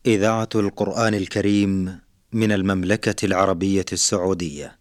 إذاعة القرآن الكريم من المملكة العربية السعودية.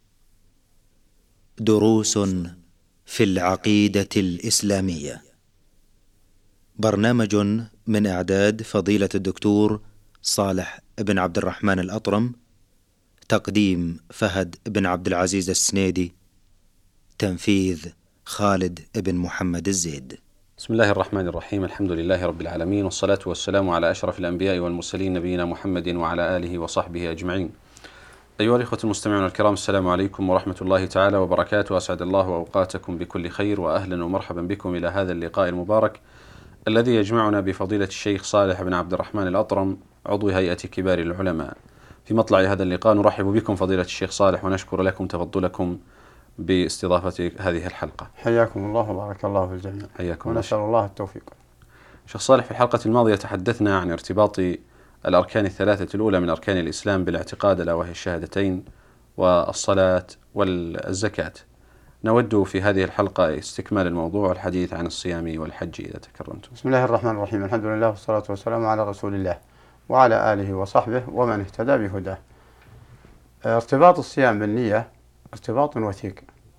دروس في العقيدة الإسلامية. برنامج من إعداد فضيلة الدكتور صالح بن عبد الرحمن الأطرم. تقديم فهد بن عبد العزيز السنيدي. تنفيذ خالد بن محمد الزيد. بسم الله الرحمن الرحيم. الحمد لله رب العالمين، والصلاة والسلام على أشرف الأنبياء والمرسلين نبينا محمد وعلى آله وصحبه أجمعين. أيها الإخوة المستمعون الكرام، السلام عليكم ورحمة الله تعالى وبركاته. أسعد الله أوقاتكم بكل خير، وأهلا ومرحبا بكم إلى هذا اللقاء المبارك الذي يجمعنا بفضيلة الشيخ صالح بن عبد الرحمن الأطرم، عضو هيئة كبار العلماء. في مطلع هذا اللقاء نرحب بكم فضيلة الشيخ صالح، ونشكر لكم تفضلكم باستضافة هذه الحلقة. حياكم الله وبارك الله في الجميع. حياكم ونسأل الله التوفيق. شيخ صالح، في الحلقة الماضية تحدثنا عن ارتباط الأركان الثلاثة الأولى من أركان الإسلام بالاعتقاد، ألا وهي الشهادتين والصلاة والزكاة. نود في هذه الحلقة استكمال الموضوع والحديث عن الصيام والحج إذا تكرمتم. بسم الله الرحمن الرحيم. الحمد لله والصلاة والسلام على رسول الله وعلى آله وصحبه ومن اهتدى بهداه. ارتباط الصيام بالنية ارتباط وثيق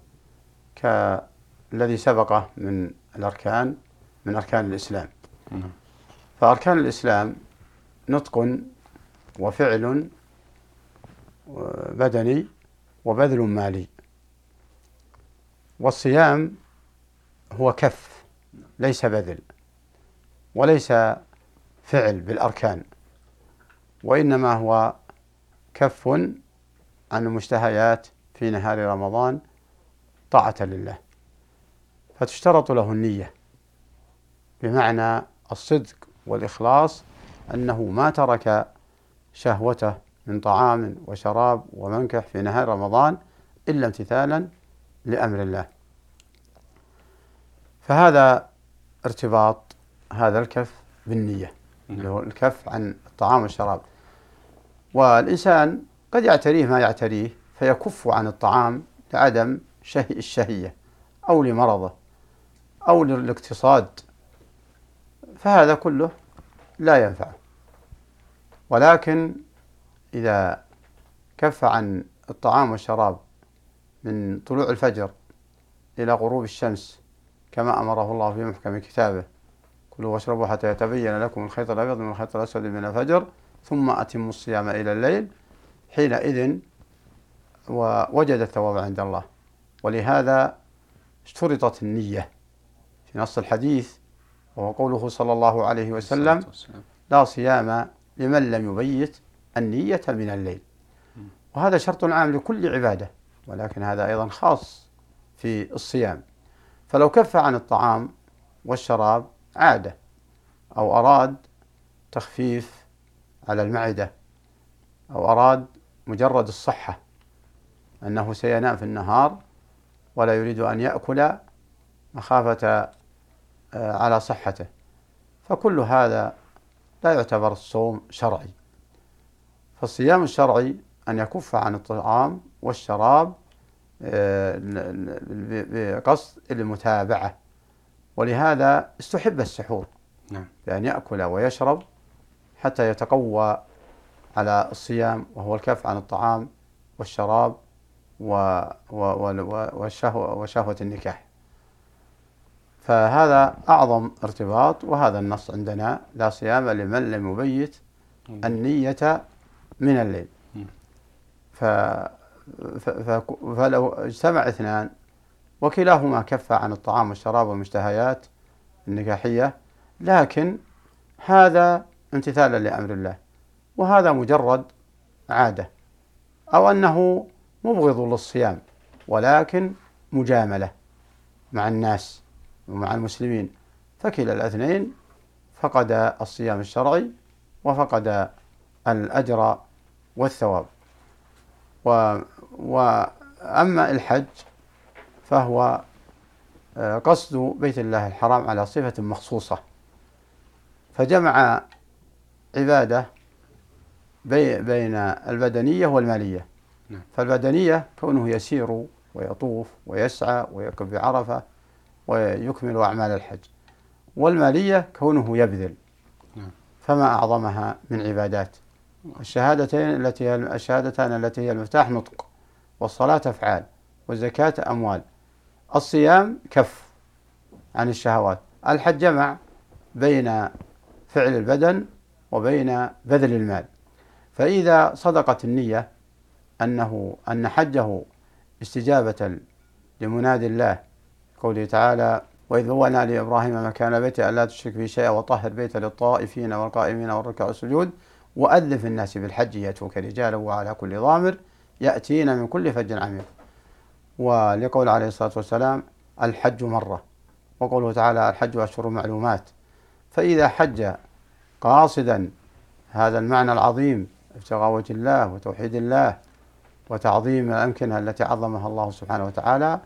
كالذي سبقه من الأركان من أركان الإسلام. فأركان الإسلام نطق وفعل بدني وبذل مالي، والصيام هو كف ليس بذل وليس فعل بالأركان، وإنما هو كف عن المشتهيات في نهار رمضان طاعة لله، فتشترط له النية بمعنى الصدق والإخلاص، أنه ما ترك شهوته من طعام وشراب ومنكح في نهار رمضان إلا امتثالا لأمر الله. فهذا ارتباط هذا الكف بالنية، اللي هو الكف عن الطعام والشراب. والإنسان قد يعتريه ما يعتريه فيكف عن الطعام لعدم الشهية أو لمرضه أو للاقتصاد، فهذا كله لا ينفع. ولكن إذا كف عن الطعام والشراب من طلوع الفجر إلى غروب الشمس كما أمره الله في محكم كتابه: كلوا واشربوا حتى يتبين لكم الخيط الأبيض من الخيط الأسود من الفجر ثم أتموا الصيام إلى الليل، حينئذ ووجد الثواب عند الله. ولهذا اشترطت النية في نص الحديث، وهو قوله صلى الله عليه وسلم: لا صيام لمن لم يبيت النية من الليل. وهذا شرط عام لكل عبادة، ولكن هذا أيضا خاص في الصيام. فلو كف عن الطعام والشراب عادة، أو أراد تخفيف على المعدة، أو أراد مجرد الصحة، أنه سينام في النهار ولا يريد أن يأكل مخافة على صحته، فكل هذا لا يعتبر الصوم شرعي. فالصيام الشرعي أن يكف عن الطعام والشراب بقصد المتابعة. ولهذا استحب السحور، بأن يأكل ويشرب حتى يتقوى على الصيام، وهو الكف عن الطعام والشراب وشهوة النكاح. فهذا أعظم ارتباط، وهذا النص عندنا: لا صيام لمن لم يبيت النية من الليل. فلو اجتمع اثنان وكلاهما كف عن الطعام والشراب والمشتهيات النكاحية، لكن هذا امتثالا لأمر الله وهذا مجرد عادة، أو أنه مبغض للصيام ولكن مجاملة مع الناس ومع المسلمين، فكلا الاثنين فقد الصيام الشرعي وفقد الأجر والثواب. وأما الحج فهو قصد بيت الله الحرام على صفة مخصوصة، فجمع عبادة بين البدنية والمالية. فالبدنية كونه يسير ويطوف ويسعى ويقف بعرفة ويكمل أعمال الحج، والمالية كونه يبذل. فما أعظمها من عبادات. الشهادتان التي هي المفتاح نطق، والصلاة أفعال، والزكاة أموال، الصيام كف عن الشهوات، الحج جمع بين فعل البدن وبين بذل المال. فإذا صدقت النية أن حجه استجابة لمناد الله، قوله تعالى: وإذ بوأنا لإبراهيم مكان بيته ألا تشرك بي شيئا وطهر بيته للطائفين والقائمين والركع السجود وأذن في الناس بالحج يأتوك رجالا وعلى كل ضامر يأتين من كل فج عميق. ولقول عليه الصلاة والسلام: الحج مرة. وقوله تعالى: الحج أشهر معلومات. فإذا حج قاصدا هذا المعنى العظيم، ابتغاء وجه الله وتوحيد الله وتعظيم الأمكنة التي عظمها الله سبحانه وتعالى،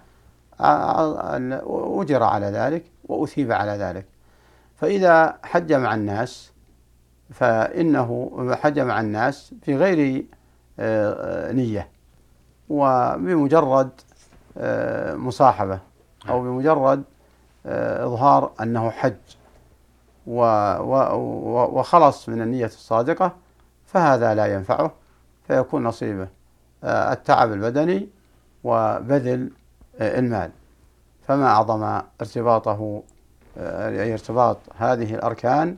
أجر على ذلك وأثيب على ذلك. فإذا حج مع الناس فإنه حج مع الناس في غير نية، وبمجرد مصاحبة أو بمجرد إظهار أنه حج وخلص من النية الصادقة، فهذا لا ينفعه، فيكون نصيبه التعب البدني وبذل المال. فما أعظم ارتباطه، أي ارتباط هذه الأركان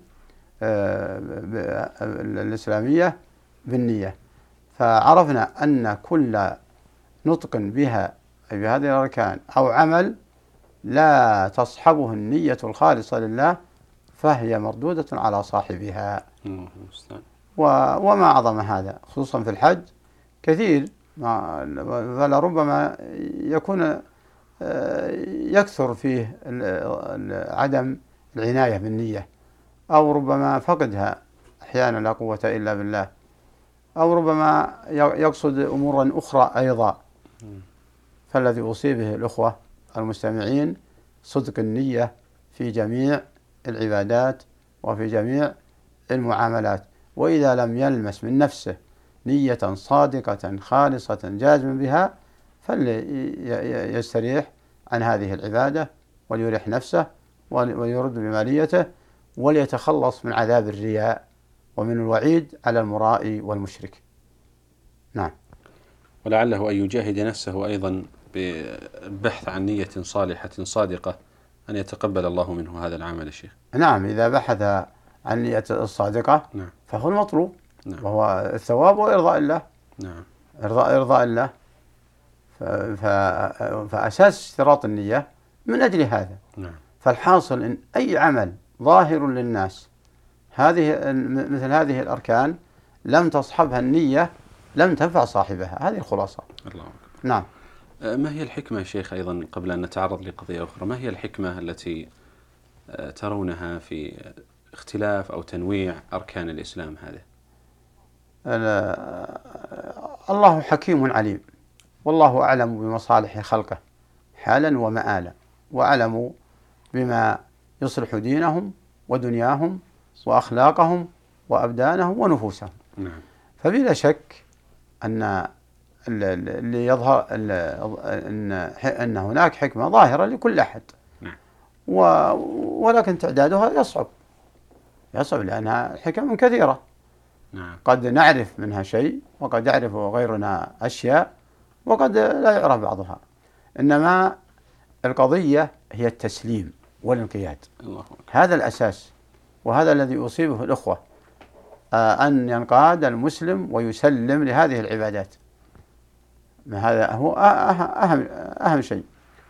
الإسلامية بالنية. فعرفنا أن كل نطق بها أي بهذه الأركان أو عمل لا تصحبه النية الخالصة لله فهي مردودة على صاحبها. وما أعظم هذا خصوصا في الحج كثير، فلربما يكون يكثر فيه عدم العناية بالنية، أو ربما فقدها أحيانا لا قوة إلا بالله، أو ربما يقصد أمورا أخرى أيضا. فالذي أوصي به الأخوة المستمعين صدق النية في جميع العبادات وفي جميع المعاملات، وإذا لم يلمس من نفسه نية صادقة خالصة جازم بها فليستريح عن هذه العبادة وليريح نفسه ويرد بماليته وليتخلص من عذاب الرياء ومن الوعيد على المرائي والمشرك. نعم. ولعله أن يجاهد نفسه أيضا ببحث عن نية صالحة صادقة أن يتقبل الله منه هذا العمل يا شيخ. نعم، إذا بحث عن النية الصادقة نعم. فهو المطلوب. نعم. وهو الثواب وإرضاء الله. نعم. إرضاء الله. فأساس اشتراط النية من أجل هذا. نعم. فالحاصل إن أي عمل ظاهر للناس مثل هذه الأركان لم تصحبها النية لم تنفع صاحبها. هذه الخلاصة. الله أكبر. نعم. ما هي الحكمة يا شيخ أيضا قبل أن نتعرض لقضية أخرى، ما هي الحكمة التي ترونها في اختلاف أو تنويع أركان الإسلام هذا؟ الله حكيم عليم، والله أعلم بمصالح خلقه حالا ومآلا، وأعلم بما يصلح دينهم ودنياهم وأخلاقهم وأبدانهم ونفوسهم. نعم. فبلا شك أن اللي يظهر أن هناك حكمة ظاهرة لكل أحد. نعم. ولكن تعدادها يصعب لأنها حكم كثيرة. نعم. قد نعرف منها شيء وقد يعرف غيرنا أشياء وقد لا يعرف بعضها. إنما القضية هي التسليم والانقياد. الله. هذا الأساس، وهذا الذي يصيبه الأخوة، أن ينقاد المسلم ويسلم لهذه العبادات. هذا هو أهم شيء.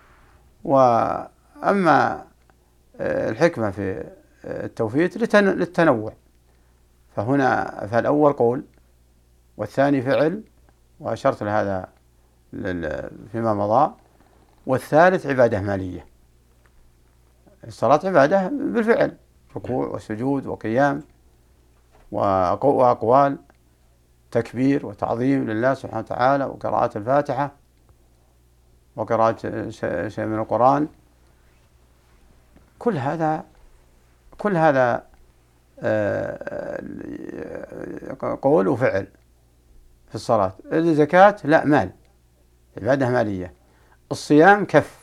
وأما الحكمة في التوفيق للتنوع، فالأول قول والثاني فعل، وأشرت لهذا فيما مضى، والثالث عبادة مالية. الصلاة عبادة بالفعل، ركوع وسجود وقيام وأقوال، تكبير وتعظيم لله سبحانه وتعالى، وقراءة الفاتحة وقراءة شيء من القرآن. كل هذا قول وفعل في الصلاة. الزكاة لا، مال، عبادة مالية. الصيام كف،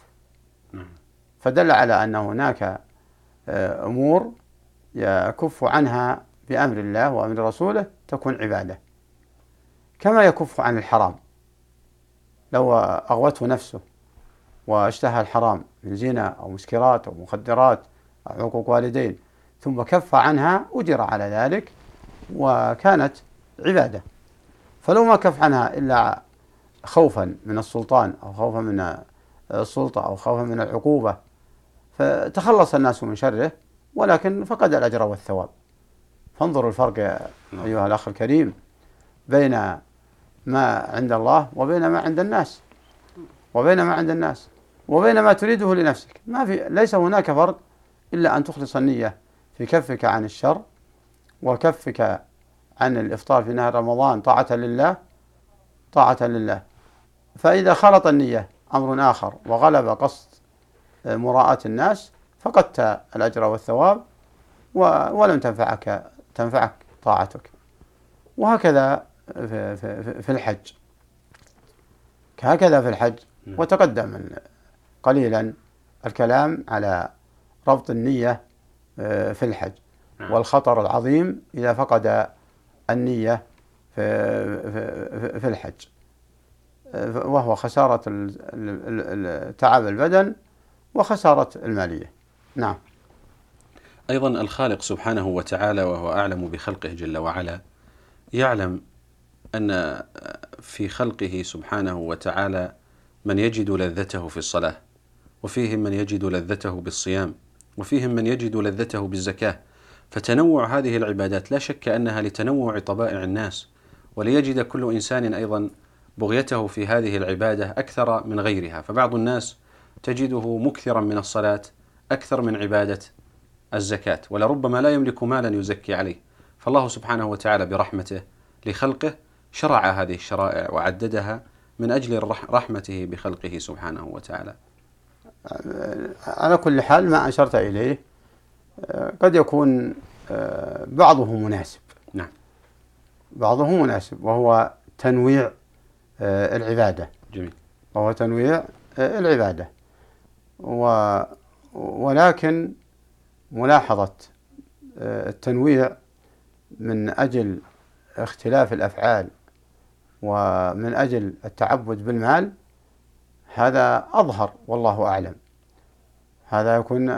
فدل على أن هناك أمور يكف عنها بأمر الله وأمر رسوله تكون عبادة، كما يكف عن الحرام. لو أغوته نفسه واشتهى الحرام من زنا أو مسكرات أو مخدرات أو حقوق والدين ثم كف عنها أجر على ذلك وكانت عبادة. فلو ما كف عنها إلا خوفا من السلطان أو خوفا من السلطة أو خوفا من العقوبة فتخلص الناس من شره، ولكن فقد الأجر والثواب. فانظروا الفرق يا أيها الأخ الكريم بين ما عند الله وبين ما عند الناس وبين ما تريده لنفسك. ليس هناك فرق إلا أن تخلص النية في كفك عن الشر وكفك عن الإفطار في نهار رمضان طاعة لله. فإذا خلط النية أمر آخر وغلب قصد مراءة الناس فقدت الأجر والثواب ولم تنفعك طاعتك. وهكذا في الحج، وتقدم قليلا الكلام على ربط النية في الحج والخطر العظيم إذا فقد النية في الحج، وهو خسارة تعب البدن وخسارة المالية. نعم. أيضا الخالق سبحانه وتعالى وهو أعلم بخلقه جل وعلا يعلم أن في خلقه سبحانه وتعالى من يجد لذته في الصلاة، وفيهم من يجد لذته بالصيام، وفيهم من يجد لذته بالزكاة. فتنوع هذه العبادات لا شك أنها لتنوع طبائع الناس، وليجد كل إنسان أيضا بغيته في هذه العبادة أكثر من غيرها. فبعض الناس تجده مكثرا من الصلاة أكثر من عبادة الزكاة، ولربما لا يملك مالا يزكي عليه. فالله سبحانه وتعالى برحمته لخلقه شرع هذه الشرائع وعددها من أجل رحمته بخلقه سبحانه وتعالى. على كل حال ما أشرت إليه قد يكون بعضه مناسب. نعم. بعضه مناسب وهو تنويع العبادة. جميل. وهو تنويع العبادة ولكن ملاحظة التنويع من أجل اختلاف الأفعال ومن أجل التعبد بالمال هذا أظهر والله أعلم. هذا يكون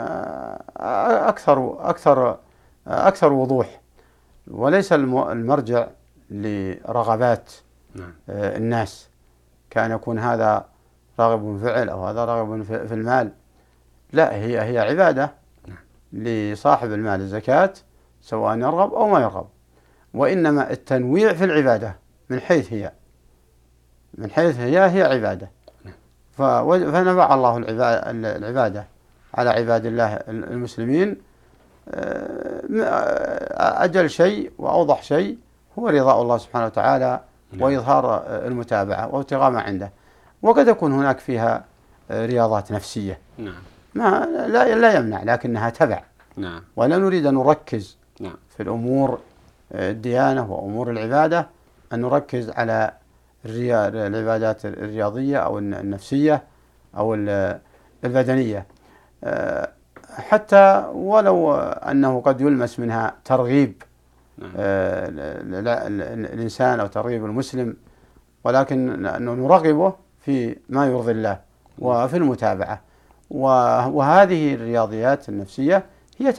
أكثر وضوح، وليس المرجع لرغبات الناس، كأن يكون هذا راغب في فعل أو هذا راغب في المال. لا، هي عبادة لصاحب المال الزكاة سواء يرغب أو ما يرغب، وإنما التنويع في العبادة من حيث هي عبادة. فنبع الله العبادة على عباد الله المسلمين. أجل شيء وأوضح شيء هو رضاء الله سبحانه وتعالى وإظهار المتابعة وابتغاء ما عنده. وقد يكون هناك فيها رياضات نفسية لا يمنع، لكنها تبع. ولا نريد أن نركز في الأمور الديانة وأمور العبادة أن نركز على العبادات الرياضية أو النفسية أو البدنية، حتى ولو أنه قد يلمس منها ترغيب الإنسان أو ترغيب المسلم، ولكن نرغبه في ما يرضي الله وفي المتابعة. وهذه الرياضيات النفسية هي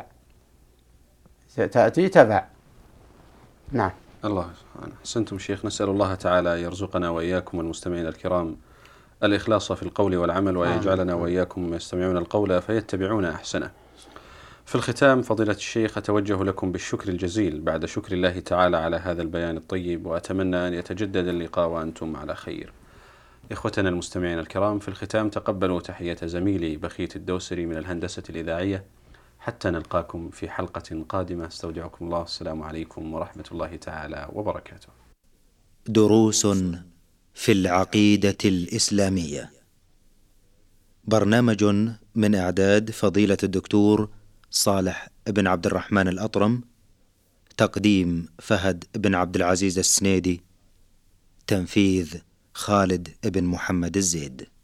تأتي تبع. نعم. الله سبحانه. أحسنتم شيخ. نسأل الله تعالى يرزقنا وإياكم والمستمعين الكرام الإخلاص في القول والعمل، ويجعلنا وإياكم يستمعون القول فيتبعون أحسنه. في الختام فضيلة الشيخ أتوجه لكم بالشكر الجزيل بعد شكر الله تعالى على هذا البيان الطيب، وأتمنى أن يتجدد اللقاء وأنتم على خير. إخوتنا المستمعين الكرام، في الختام تقبلوا تحية زميلي بخيت الدوسري من الهندسة الإذاعية. حتى نلقاكم في حلقة قادمة، استودعكم الله. السلام عليكم ورحمة الله تعالى وبركاته. دروس في العقيدة الإسلامية، برنامج من إعداد فضيلة الدكتور صالح بن عبد الرحمن الأطرم، تقديم فهد بن عبد العزيز السنيدي، تنفيذ خالد بن محمد الزيد.